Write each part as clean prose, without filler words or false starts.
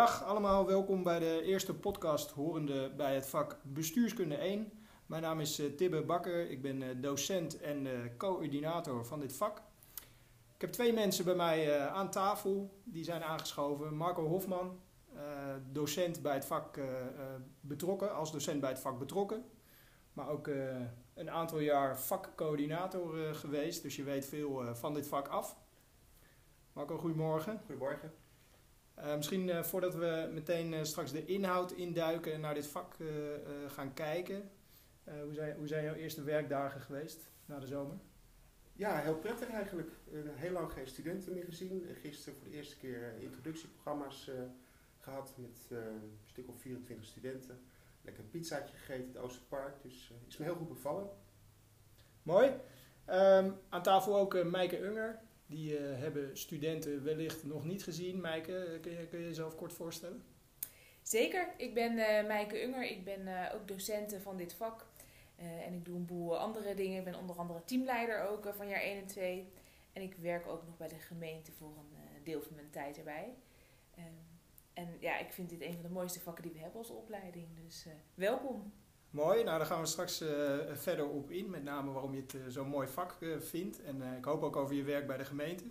Dag allemaal, welkom bij de eerste podcast horende bij het vak Bestuurskunde 1. Mijn naam is Tibbe Bakker, ik ben docent en coördinator van dit vak. Ik heb twee mensen bij mij aan tafel, die zijn aangeschoven. Marco Hofman, docent bij het vak betrokken, als docent bij het vak betrokken. Maar ook een aantal jaar vakcoördinator geweest, dus je weet veel van dit vak af. Marco, goedemorgen. Goedemorgen. Misschien voordat we meteen straks de inhoud induiken en naar dit vak gaan kijken. Hoe zijn jouw eerste werkdagen geweest na de zomer? Ja, heel prettig eigenlijk. Heel lang geen studenten meer gezien. Gisteren voor de eerste keer introductieprogramma's gehad met een stuk of 24 studenten. Lekker een pizzaatje gegeten in het Oosterpark, dus is me heel goed bevallen. Mooi. Aan tafel ook Meike Unger. Die hebben studenten wellicht nog niet gezien. Meike, kun je jezelf kort voorstellen? Zeker, ik ben Meike Unger. Ik ben ook docent van dit vak. En ik doe een boel andere dingen. Ik ben onder andere teamleider ook van jaar 1 en 2. En ik werk ook nog bij de gemeente voor een deel van mijn tijd erbij. En ja, ik vind dit een van de mooiste vakken die we hebben als opleiding. Dus welkom. Mooi, nou daar gaan we straks verder op in. Met name waarom je het zo'n mooi vak vindt. En ik hoop ook over je werk bij de gemeente.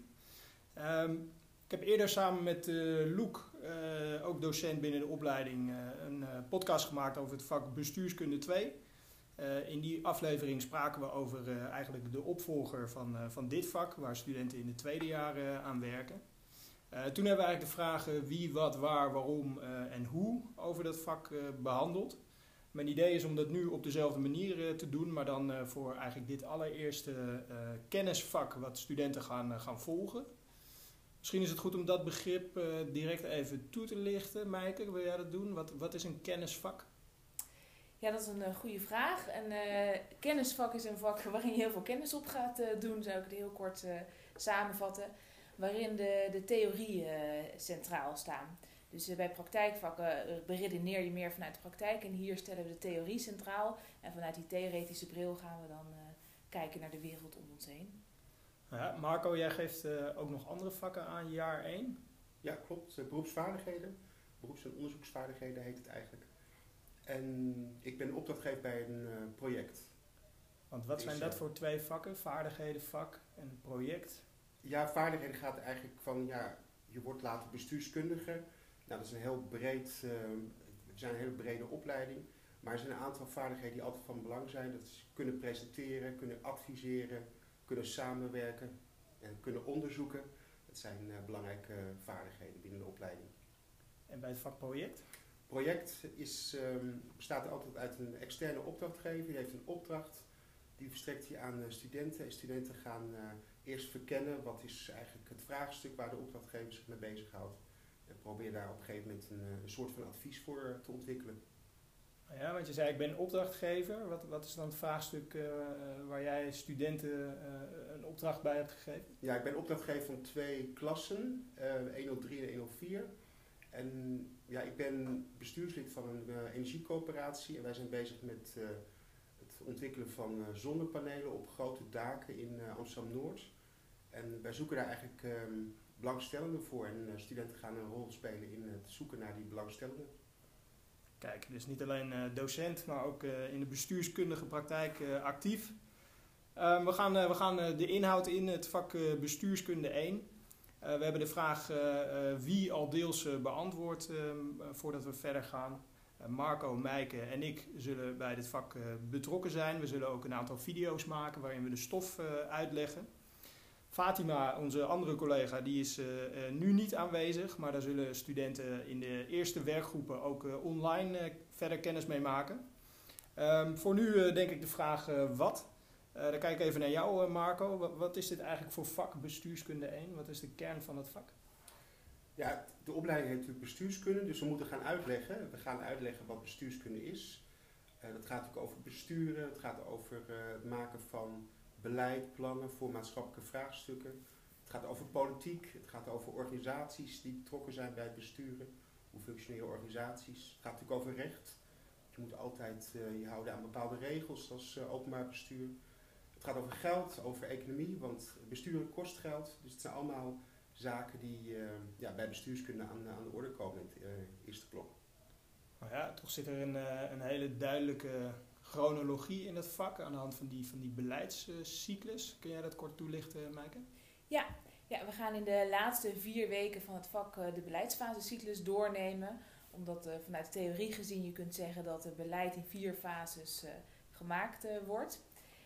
Ik heb eerder samen met Loek, ook docent binnen de opleiding, een podcast gemaakt over het vak Bestuurskunde 2. In die aflevering spraken we over eigenlijk de opvolger van dit vak, waar studenten in het tweede jaar aan werken. Toen hebben we eigenlijk de vragen wie, wat, waar, waarom en hoe over dat vak behandeld. Mijn idee is om dat nu op dezelfde manier te doen, maar dan voor eigenlijk dit allereerste kennisvak wat studenten gaan volgen. Misschien is het goed om dat begrip direct even toe te lichten. Meike, wil jij dat doen? Wat is een kennisvak? Ja, dat is een goede vraag. Een kennisvak is een vak waarin je heel veel kennis op gaat doen, zou ik het heel kort samenvatten. Waarin de theorie centraal staan. Dus bij praktijkvakken beredeneer je meer vanuit de praktijk. En hier stellen we de theorie centraal. En vanuit die theoretische bril gaan we dan kijken naar de wereld om ons heen. Ja, Marco, jij geeft ook nog andere vakken aan jaar 1. Ja, klopt. Beroepsvaardigheden. Beroeps- en onderzoeksvaardigheden heet het eigenlijk. En ik ben opdrachtgever bij een project. Want wat zijn dat voor twee vakken? Vaardigheden, vak en project? Ja, vaardigheden gaat eigenlijk van, ja, je wordt later bestuurskundige. Nou, dat is een heel breed, we zijn een hele brede opleiding. Maar er zijn een aantal vaardigheden die altijd van belang zijn. Dat is kunnen presenteren, kunnen adviseren, kunnen samenwerken en kunnen onderzoeken. Dat zijn belangrijke vaardigheden binnen de opleiding. En bij het vak project? Project bestaat altijd uit een externe opdrachtgever. Die heeft een opdracht, die verstrekt hij aan studenten. En studenten gaan eerst verkennen wat is eigenlijk het vraagstuk waar de opdrachtgever zich mee bezighoudt. En probeer daar op een gegeven moment een soort van advies voor te ontwikkelen. Ja, want je zei ik ben opdrachtgever. Wat is dan het vraagstuk waar jij studenten een opdracht bij hebt gegeven? Ja, ik ben opdrachtgever van 2 klassen, 103 en 104. En ja, ik ben bestuurslid van een energiecoöperatie en wij zijn bezig met het ontwikkelen van zonnepanelen op grote daken in Amsterdam-Noord. En wij zoeken daar eigenlijk belangstellenden voor en studenten gaan een rol spelen in het zoeken naar die belangstellenden. Kijk, dus niet alleen docent, maar ook in de bestuurskundige praktijk actief. We gaan de inhoud in het vak Bestuurskunde 1. We hebben de vraag wie al deels beantwoord voordat we verder gaan. Marco, Meike en ik zullen bij dit vak betrokken zijn. We zullen ook een aantal video's maken waarin we de stof uitleggen. Fatima, onze andere collega, die is nu niet aanwezig, maar daar zullen studenten in de eerste werkgroepen ook online verder kennis mee maken. Voor nu denk ik de vraag wat. Dan kijk ik even naar jou, Marco. Wat is dit eigenlijk voor vak Bestuurskunde 1? Wat is de kern van het vak? Ja, de opleiding heet natuurlijk bestuurskunde, dus we moeten gaan uitleggen. We gaan uitleggen wat bestuurskunde is. Dat gaat natuurlijk over besturen, het gaat over het maken van beleid, plannen voor maatschappelijke vraagstukken. Het gaat over politiek, het gaat over organisaties die betrokken zijn bij het besturen. Hoe functioneren organisaties? Het gaat natuurlijk over recht. Je moet altijd je houden aan bepaalde regels als openbaar bestuur. Het gaat over geld, over economie, want besturen kost geld. Dus het zijn allemaal zaken die bij bestuurskunde aan de orde komen in het eerste blok. Nou ja, toch zit er een hele duidelijke chronologie in het vak aan de hand van die beleidscyclus. Kun jij dat kort toelichten, Maaike? Ja, we gaan in de laatste 4 weken van het vak de beleidsfasecyclus doornemen. Omdat vanuit de theorie gezien je kunt zeggen dat het beleid in 4 fases gemaakt wordt.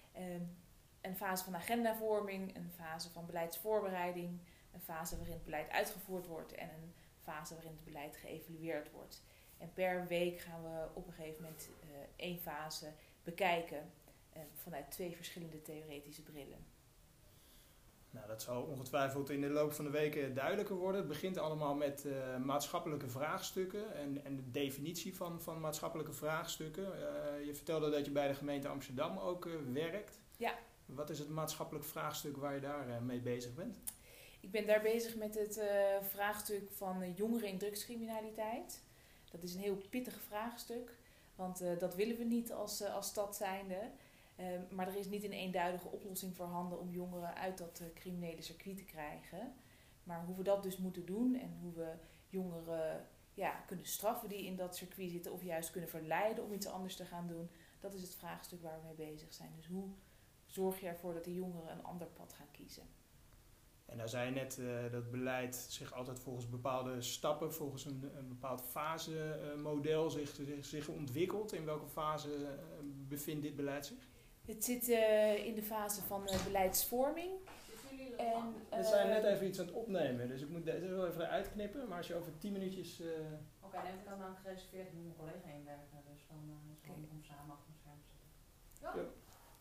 Een fase van agendavorming, een fase van beleidsvoorbereiding, een fase waarin het beleid uitgevoerd wordt en een fase waarin het beleid geëvalueerd wordt. En per week gaan we op een gegeven moment 1 fase bekijken vanuit 2 verschillende theoretische brillen. Nou, dat zal ongetwijfeld in de loop van de weken duidelijker worden. Het begint allemaal met maatschappelijke vraagstukken en de definitie van maatschappelijke vraagstukken. Je vertelde dat je bij de gemeente Amsterdam ook werkt. Ja. Wat is het maatschappelijk vraagstuk waar je daar mee bezig bent? Ik ben daar bezig met het vraagstuk van jongeren in drugscriminaliteit. Dat is een heel pittig vraagstuk, want dat willen we niet als stad zijnde. Maar er is niet een eenduidige oplossing voorhanden om jongeren uit dat criminele circuit te krijgen. Maar hoe we dat dus moeten doen en hoe we jongeren kunnen straffen die in dat circuit zitten of juist kunnen verleiden om iets anders te gaan doen, dat is het vraagstuk waar we mee bezig zijn. Dus hoe zorg je ervoor dat die jongeren een ander pad gaan kiezen? En nou zei je net dat beleid zich altijd volgens bepaalde stappen, volgens een bepaald fasemodel zich ontwikkelt. In welke fase bevindt dit beleid zich? Het zit in de fase van beleidsvorming. We zijn net even iets aan het opnemen, dus ik moet deze wel even eruit knippen. Maar als je over 10 minuutjes... Oké, nee, ik had dan gereserveerd, ik moet mijn collega inwerken, dus dan zal ik om samen achter mijn scherm zitten. Ja.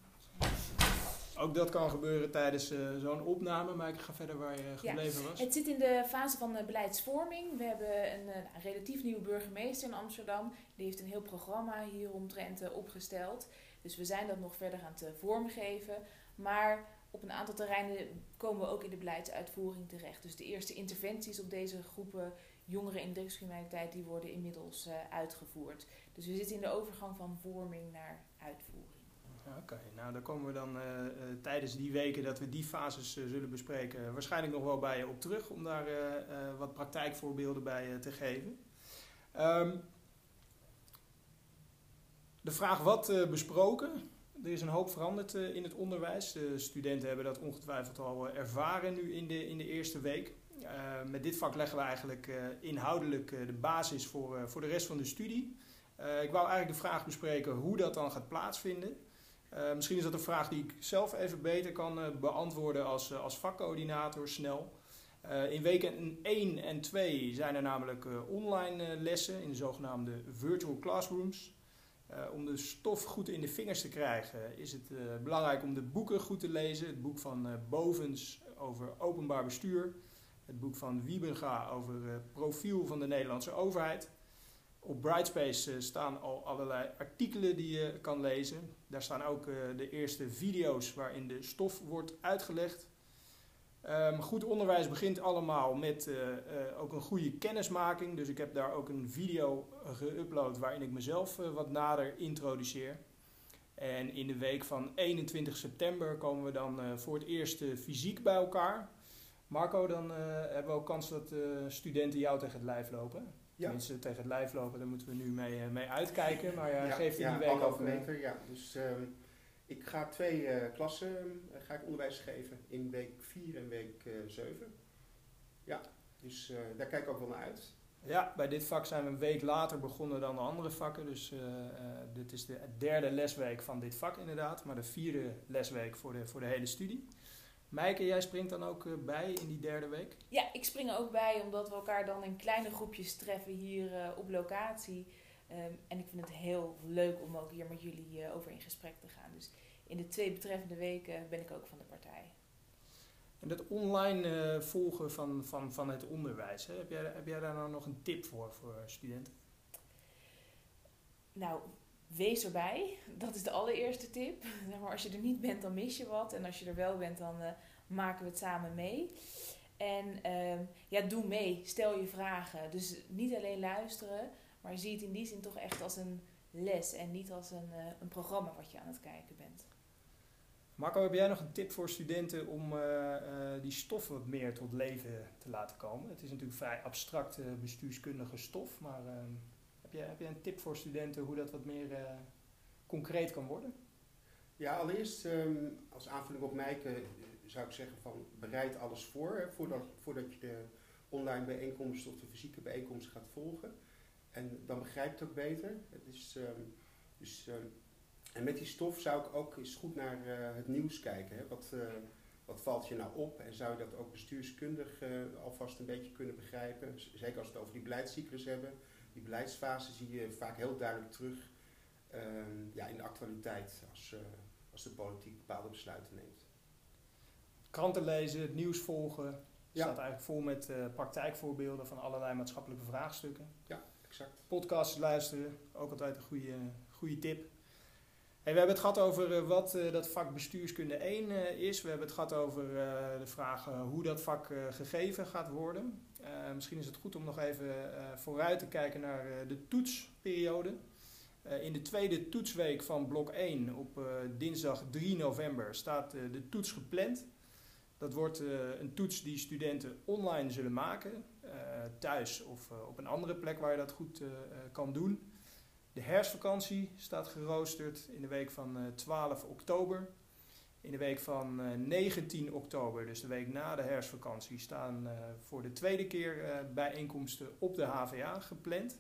Ook dat kan gebeuren tijdens zo'n opname, maar ik ga verder waar je gebleven was. Het zit in de fase van beleidsvorming. We hebben een relatief nieuwe burgemeester in Amsterdam. Die heeft een heel programma hieromtrent opgesteld. Dus we zijn dat nog verder aan het vormgeven. Maar op een aantal terreinen komen we ook in de beleidsuitvoering terecht. Dus de eerste interventies op deze groepen jongeren in drugscriminaliteit, die worden inmiddels uitgevoerd. Dus we zitten in de overgang van vorming naar uitvoering. Oké, nou daar komen we dan tijdens die weken dat we die fases zullen bespreken waarschijnlijk nog wel bij je op terug om daar wat praktijkvoorbeelden bij te geven. De vraag wat besproken. Er is een hoop veranderd in het onderwijs. De studenten hebben dat ongetwijfeld al ervaren nu in de eerste week. Met dit vak leggen we eigenlijk inhoudelijk de basis voor de rest van de studie. Ik wou eigenlijk de vraag bespreken hoe dat dan gaat plaatsvinden. Misschien is dat een vraag die ik zelf even beter kan beantwoorden als vakcoördinator snel. In weken 1 en 2 zijn er namelijk online lessen in de zogenaamde virtual classrooms. Om de stof goed in de vingers te krijgen is het belangrijk om de boeken goed te lezen. Het boek van Bovens over openbaar bestuur. Het boek van Wiebenga over profiel van de Nederlandse overheid. Op Brightspace staan al allerlei artikelen die je kan lezen. Daar staan ook de eerste video's waarin de stof wordt uitgelegd. Goed onderwijs begint allemaal met ook een goede kennismaking. Dus ik heb daar ook een video geüpload waarin ik mezelf wat nader introduceer. En in de week van 21 september komen we dan voor het eerst fysiek bij elkaar. Marco, dan hebben we ook kans dat studenten jou tegen het lijf lopen. Ja. Tenminste, tegen het lijf lopen, daar moeten we nu mee uitkijken. Maar geeft in die week ook... meter, ja. Dus ik ga 2 klassen ga ik onderwijs geven in week 4 en week 7. Ja, dus daar kijk ik ook wel naar uit. Ja, bij dit vak zijn we een week later begonnen dan de andere vakken. Dus dit is de 3e lesweek van dit vak inderdaad. Maar de 4e lesweek voor de hele studie. Maaike, jij springt dan ook bij in die 3e week? Ja, ik spring er ook bij omdat we elkaar dan in kleine groepjes treffen hier op locatie. En ik vind het heel leuk om ook hier met jullie over in gesprek te gaan. Dus in de 2 betreffende weken ben ik ook van de partij. En dat online volgen van het onderwijs, hè? Heb jij daar nou nog een tip voor studenten? Nou, wees erbij. Dat is de allereerste tip. Maar als je er niet bent, dan mis je wat. En als je er wel bent, dan maken we het samen mee. En doe mee. Stel je vragen. Dus niet alleen luisteren, maar zie het in die zin toch echt als een les. En niet als een programma wat je aan het kijken bent. Marco, heb jij nog een tip voor studenten om die stof wat meer tot leven te laten komen? Het is natuurlijk vrij abstracte bestuurskundige stof, maar heb jij een tip voor studenten hoe dat wat meer concreet kan worden? Ja, allereerst als aanvulling op Mijke zou ik zeggen van bereid alles voor, hè, voordat je de online bijeenkomst of de fysieke bijeenkomst gaat volgen. En dan begrijp je het ook beter. Het is, en met die stof zou ik ook eens goed naar het nieuws kijken. Hè. Wat valt je nou op en zou je dat ook bestuurskundig alvast een beetje kunnen begrijpen? Zeker als we het over die beleidscyclus hebben. Die beleidsfase zie je vaak heel duidelijk terug in de actualiteit als de politiek bepaalde besluiten neemt. Kranten lezen, het nieuws volgen. Het Ja. staat eigenlijk vol met praktijkvoorbeelden van allerlei maatschappelijke vraagstukken. Ja, exact. Podcasts luisteren, ook altijd een goede tip. Hey, we hebben het gehad over wat dat vak bestuurskunde 1 is. We hebben het gehad over de vraag hoe dat vak gegeven gaat worden. Misschien is het goed om nog even vooruit te kijken naar de toetsperiode. In de tweede toetsweek van blok 1 op dinsdag 3 november staat de toets gepland. Dat wordt een toets die studenten online zullen maken, thuis of op een andere plek waar je dat goed kan doen. De herfstvakantie staat geroosterd in de week van 12 oktober. In de week van 19 oktober, dus de week na de herfstvakantie, staan voor de tweede keer bijeenkomsten op de HVA gepland.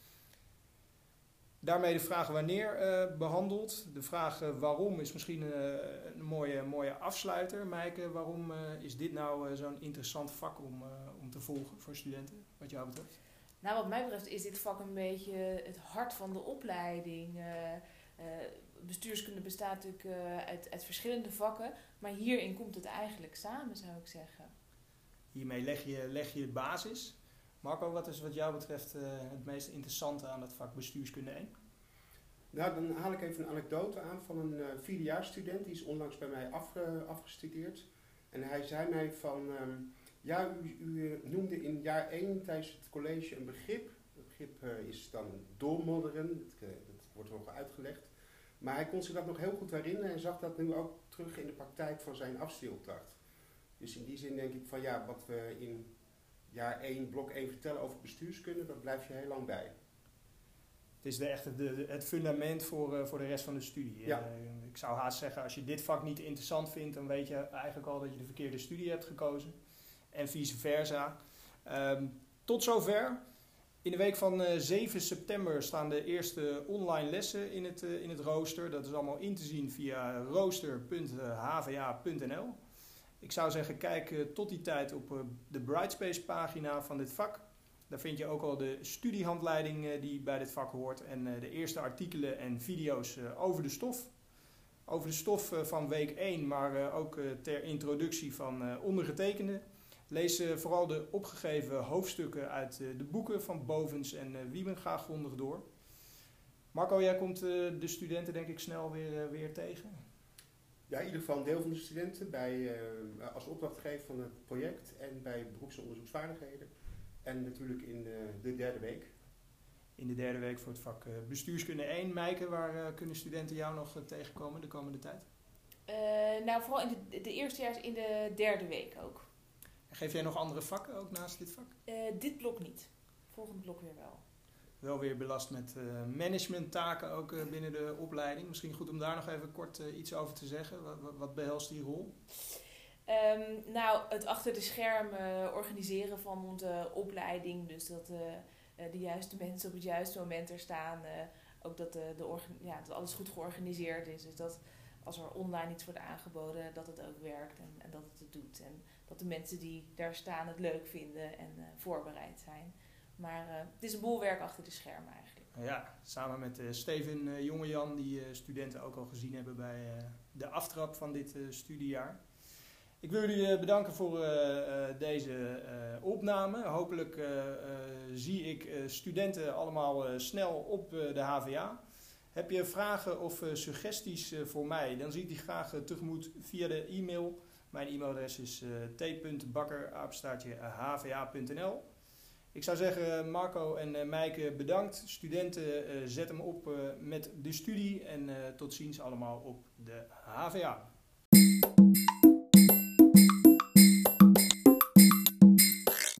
Daarmee de vraag wanneer behandeld. De vraag waarom is misschien een mooie afsluiter. Mijke, waarom is dit nou zo'n interessant vak om te volgen voor studenten, wat jou betreft? Nou, wat mij betreft is dit vak een beetje het hart van de opleiding. Bestuurskunde bestaat natuurlijk uit verschillende vakken, maar hierin komt het eigenlijk samen, zou ik zeggen. Hiermee leg je de basis. Marco, wat is wat jou betreft het meest interessante aan het vak bestuurskunde 1? Nou, dan haal ik even een anekdote aan van een vierdejaarsstudent. Die is onlangs bij mij afgestudeerd. En hij zei mij van, u noemde in jaar 1 tijdens het college een begrip. Het begrip is dan doormodderen, dat wordt nog uitgelegd. Maar hij kon zich dat nog heel goed herinneren en zag dat nu ook terug in de praktijk van zijn afstudeeropdracht. Dus in die zin denk ik van wat we in jaar 1, blok 1 vertellen over bestuurskunde, dat blijft je heel lang bij. Het is het fundament voor de rest van de studie. Ja. Ik zou haast zeggen, als je dit vak niet interessant vindt, dan weet je eigenlijk al dat je de verkeerde studie hebt gekozen. En vice versa. Tot zover. In de week van 7 september staan de eerste online lessen in het rooster. Dat is allemaal in te zien via rooster.hva.nl. Ik zou zeggen, kijk tot die tijd op de Brightspace pagina van dit vak. Daar vind je ook al de studiehandleiding die bij dit vak hoort en de eerste artikelen en video's over de stof. Over de stof van week 1, maar ook ter introductie van ondergetekende. Lees vooral de opgegeven hoofdstukken uit de boeken van Bovens en Wiebenga grondig door. Marco, jij komt de studenten denk ik snel weer tegen. Ja, in ieder geval een deel van de studenten als opdrachtgever van het project en bij beroepsonderzoeksvaardigheden. En natuurlijk in de derde week. In de derde week voor het vak bestuurskunde 1. Mijke, waar kunnen studenten jou nog tegenkomen de komende tijd? Nou, vooral in de eerstejaars in de derde week ook. En geef jij nog andere vakken ook naast dit vak? Dit blok niet. Volgend blok weer wel. Wel weer belast met managementtaken ook binnen de opleiding. Misschien goed om daar nog even kort iets over te zeggen. Wat behelst die rol? Nou, het achter de schermen organiseren van onze opleiding. Dus dat de juiste mensen op het juiste moment er staan. Ook dat dat alles goed georganiseerd is. Dus dat als er online iets wordt aangeboden, dat het ook werkt en dat het doet. En dat de mensen die daar staan het leuk vinden en voorbereid zijn. Maar het is een boel werk achter de schermen eigenlijk. Ja, samen met Steven Jongejan, die studenten ook al gezien hebben bij de aftrap van dit studiejaar. Ik wil jullie bedanken voor deze opname. Hopelijk zie ik studenten allemaal snel op de HVA. Heb je vragen of suggesties voor mij, dan zie ik die graag tegemoet via de e-mail. Mijn e-mailadres is t.bakker@hva.nl. Ik zou zeggen, Marco en Mijke bedankt. Studenten, zet hem op met de studie en tot ziens allemaal op de HVA.